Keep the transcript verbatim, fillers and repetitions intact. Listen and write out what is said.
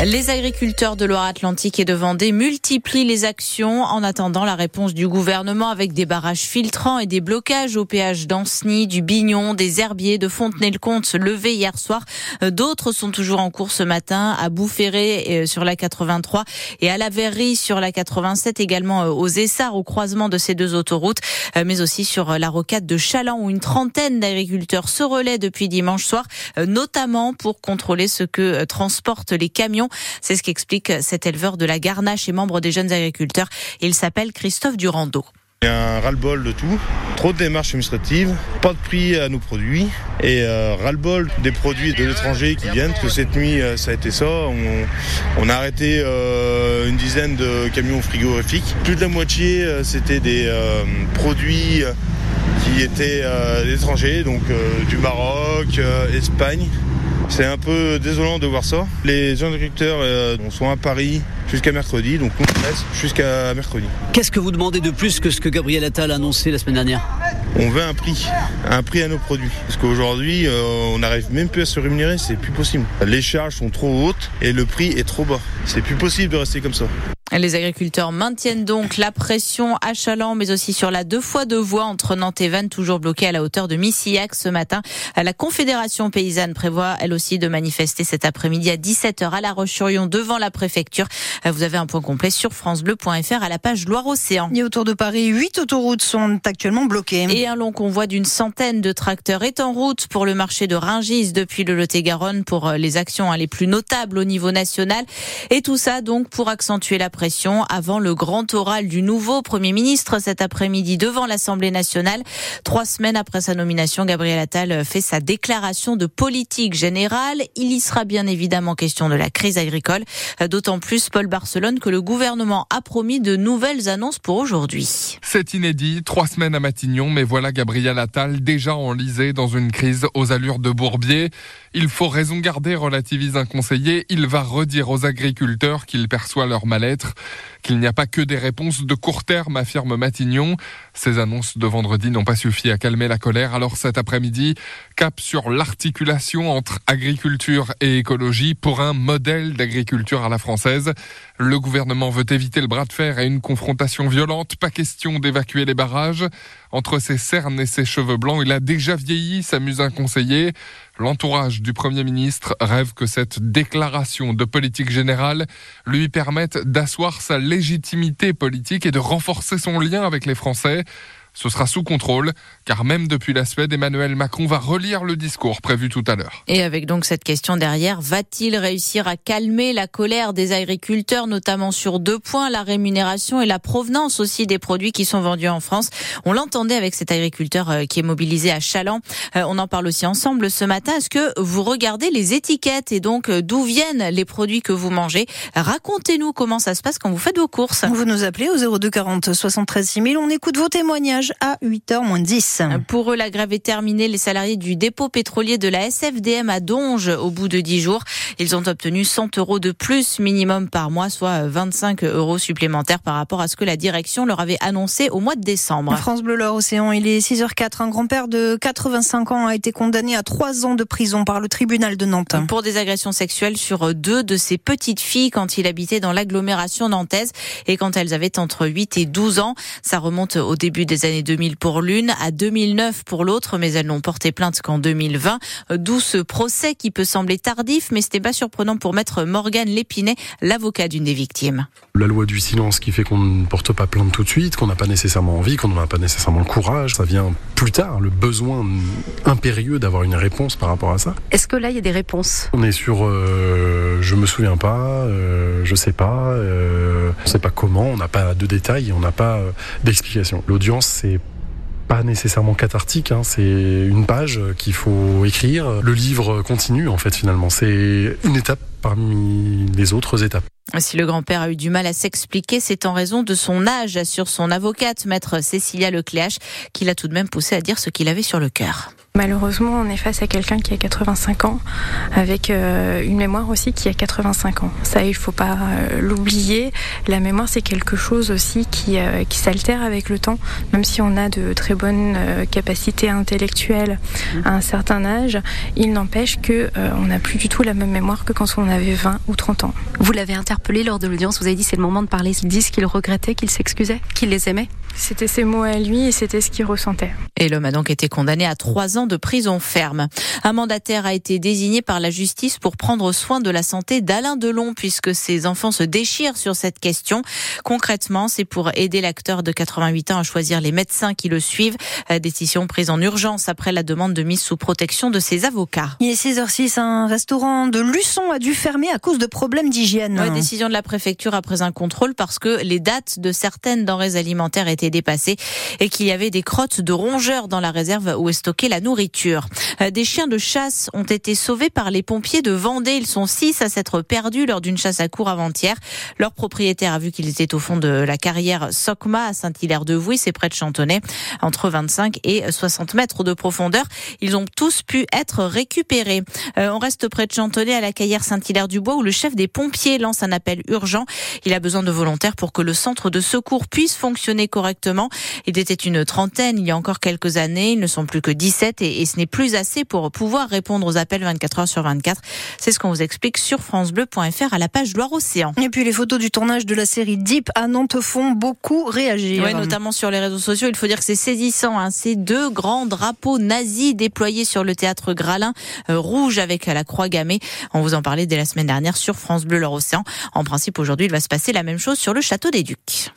Les agriculteurs de Loire-Atlantique et de Vendée multiplient les actions en attendant la réponse du gouvernement avec des barrages filtrants et des blocages au péage d'Ancenis, du Bignon, des Herbiers, de Fontenay-le-Comte levés hier soir. D'autres sont toujours en cours ce matin à Boufféré sur la quatre-vingt-trois et à la Verrerie sur la quatre-vingt-sept, également aux Essarts au croisement de ces deux autoroutes, mais aussi sur la rocade de Chaland où une trentaine d'agriculteurs se relaient depuis dimanche soir, notamment pour contrôler ce que transportent les camions. C'est ce qu'explique cet éleveur de la Garnache et membre des jeunes agriculteurs. Il s'appelle Christophe Durando. Il y a un ras-le-bol de tout, trop de démarches administratives, pas de prix à nos produits et euh, ras-le-bol des produits de l'étranger qui viennent. Parce que cette nuit, ça a été ça. On, on a arrêté euh, une dizaine de camions frigorifiques. Plus de la moitié, euh, c'était des euh, produits qui étaient euh, d'étrangers, donc euh, du Maroc, euh, Espagne. C'est un peu désolant de voir ça. Les jeunes agriculteurs euh, sont à Paris jusqu'à mercredi, donc on reste jusqu'à mercredi. Qu'est-ce que vous demandez de plus que ce que Gabriel Attal a annoncé la semaine dernière ? On veut un prix, un prix à nos produits. Parce qu'aujourd'hui, euh, on n'arrive même plus à se rémunérer, c'est plus possible. Les charges sont trop hautes et le prix est trop bas. C'est plus possible de rester comme ça. Les agriculteurs maintiennent donc la pression à Chaland, mais aussi sur la deux fois deux voies entre Nantes et Vannes, toujours bloquée à la hauteur de Missillac ce matin. La Confédération paysanne prévoit elle aussi de manifester cet après-midi à dix-sept heures à La Roche-sur-Yon devant la préfecture. Vous avez un point complet sur francebleu point f r à la page Loire-Océan. Et autour de Paris, huit autoroutes sont actuellement bloquées. Et un long convoi d'une centaine de tracteurs est en route pour le marché de Rungis depuis le Lot-et-Garonne pour les actions les plus notables au niveau national. Et tout ça donc pour accentuer la pression avant le grand oral du nouveau Premier ministre cet après-midi devant l'Assemblée nationale. Trois semaines après sa nomination, Gabriel Attal fait sa déclaration de politique générale. Il y sera bien évidemment question de la crise agricole. D'autant plus, Paul Barcelone, que le gouvernement a promis de nouvelles annonces pour aujourd'hui. C'est inédit, trois semaines à Matignon, mais voilà Gabriel Attal déjà enlisé dans une crise aux allures de bourbier. Il faut raison garder, relativise un conseiller. Il va redire aux agriculteurs qu'il perçoit leur mal-être, qu'il n'y a pas que des réponses de court terme, affirme Matignon. Ces annonces de vendredi n'ont pas suffi à calmer la colère. Alors cet après-midi, cap sur l'articulation entre agriculture et écologie pour un modèle d'agriculture à la française. Le gouvernement veut éviter le bras de fer et une confrontation violente. Pas question d'évacuer les barrages. Entre ses cernes et ses cheveux blancs, il a déjà vieilli, s'amuse un conseiller. L'entourage du Premier ministre rêve que cette déclaration de politique générale lui permette d'asseoir sa légitimité politique et de renforcer son lien avec les Français. Ce sera sous contrôle, car même depuis la Suède, Emmanuel Macron va relire le discours prévu tout à l'heure. Et avec donc cette question derrière, va-t-il réussir à calmer la colère des agriculteurs, notamment sur deux points, la rémunération et la provenance aussi des produits qui sont vendus en France. On l'entendait avec cet agriculteur qui est mobilisé à Chaland. On en parle aussi ensemble ce matin. Est-ce que vous regardez les étiquettes et donc d'où viennent les produits que vous mangez ? Racontez-nous comment ça se passe quand vous faites vos courses. Vous nous appelez au zéro deux quarante soixante-treize six mille. On écoute vos témoignages à huit heures moins dix. Pour eux, la grève est terminée. Les salariés du dépôt pétrolier de la S F D M à Donge, au bout de dix jours, ils ont obtenu cent euros de plus minimum par mois, soit vingt-cinq euros supplémentaires par rapport à ce que la direction leur avait annoncé au mois de décembre. France Bleu Loire-Océan, il est six heures quatre. Un grand-père de quatre-vingt-cinq ans a été condamné à trois ans de prison par le tribunal de Nantes. Pour des agressions sexuelles sur deux de ses petites filles quand il habitait dans l'agglomération nantaise et quand elles avaient entre huit et douze ans. Ça remonte au début des années deux mille pour l'une, à deux mille neuf pour l'autre, mais elles n'ont porté plainte qu'en deux mille vingt. D'où ce procès qui peut sembler tardif, mais c'était pas surprenant pour maître Morgane Lépinet, l'avocat d'une des victimes. La loi du silence qui fait qu'on ne porte pas plainte tout de suite, qu'on n'a pas nécessairement envie, qu'on n'a pas nécessairement le courage, ça vient plus tard, le besoin impérieux d'avoir une réponse par rapport à ça. Est-ce que là il y a des réponses ? On est sur euh, je me souviens pas, euh, je sais pas, euh, on sait pas comment, on n'a pas de détails, on n'a pas euh, d'explication. L'audience, c'est pas nécessairement cathartique, hein, c'est une page qu'il faut écrire. Le livre continue en fait finalement, c'est une étape parmi les autres étapes. Si le grand-père a eu du mal à s'expliquer, c'est en raison de son âge, assure son avocate, maître Cécilia Lecléache, qui l'a tout de même poussé à dire ce qu'il avait sur le cœur. Malheureusement, on est face à quelqu'un qui a quatre-vingt-cinq ans, avec euh, une mémoire aussi qui a quatre-vingt-cinq ans. Ça, il ne faut pas euh, l'oublier. La mémoire, c'est quelque chose aussi qui, euh, qui s'altère avec le temps. Même si on a de très bonnes euh, capacités intellectuelles à un certain âge, il n'empêche qu'on euh, n'a plus du tout la même mémoire que quand on avait vingt ou trente ans. Vous l'avez interpellé lors de l'audience, vous avez dit c'est le moment de parler. Ils disent qu'il regrettait, qu'il s'excusait, qu'il les aimait. C'était ses mots à lui et c'était ce qu'il ressentait. Et l'homme a donc été condamné à trois ans de prison ferme. Un mandataire a été désigné par la justice pour prendre soin de la santé d'Alain Delon, puisque ses enfants se déchirent sur cette question. Concrètement, c'est pour aider l'acteur de quatre-vingt-huit ans à choisir les médecins qui le suivent. Décision prise en urgence après la demande de mise sous protection de ses avocats. Il est six heures six, un restaurant de Luçon a dû fermer à cause de problèmes d'hygiène. Ouais, décision de la préfecture après un contrôle parce que les dates de certaines denrées alimentaires étaient dépassées et qu'il y avait des crottes de rongeurs dans la réserve où est stockée la nourriture. Des chiens de chasse ont été sauvés par les pompiers de Vendée. Ils sont six à s'être perdus lors d'une chasse à courre avant-hier. Leur propriétaire a vu qu'ils étaient au fond de la carrière Socma à Saint-Hilaire-de-Vouy, c'est près de Chantonnay, entre vingt-cinq et soixante mètres de profondeur. Ils ont tous pu être récupérés. Euh, on reste près de Chantonnay à la carrière Saint-Hilaire-du-Bois où le chef des pompiers lance un appel urgent. Il a besoin de volontaires pour que le centre de secours puisse fonctionner correctement. Il était une trentaine il y a encore quelques années. Ils ne sont plus que dix-sept et, et ce n'est plus assez pour pouvoir répondre aux appels vingt-quatre heures sur vingt-quatre. C'est ce qu'on vous explique sur francebleu point f r à la page Loire-Océan. Et puis les photos du tournage de la série Deep à Nantes font beaucoup réagir. Oui, notamment sur les réseaux sociaux. Il faut dire que c'est saisissant. Hein. Ces deux grands drapeaux nazis déployés sur le théâtre Gralin, euh, rouge avec la croix gammée. On vous en parlait dès la semaine dernière sur France Bleu Loire-Océan. En principe, aujourd'hui, il va se passer la même chose sur le Château des Ducs.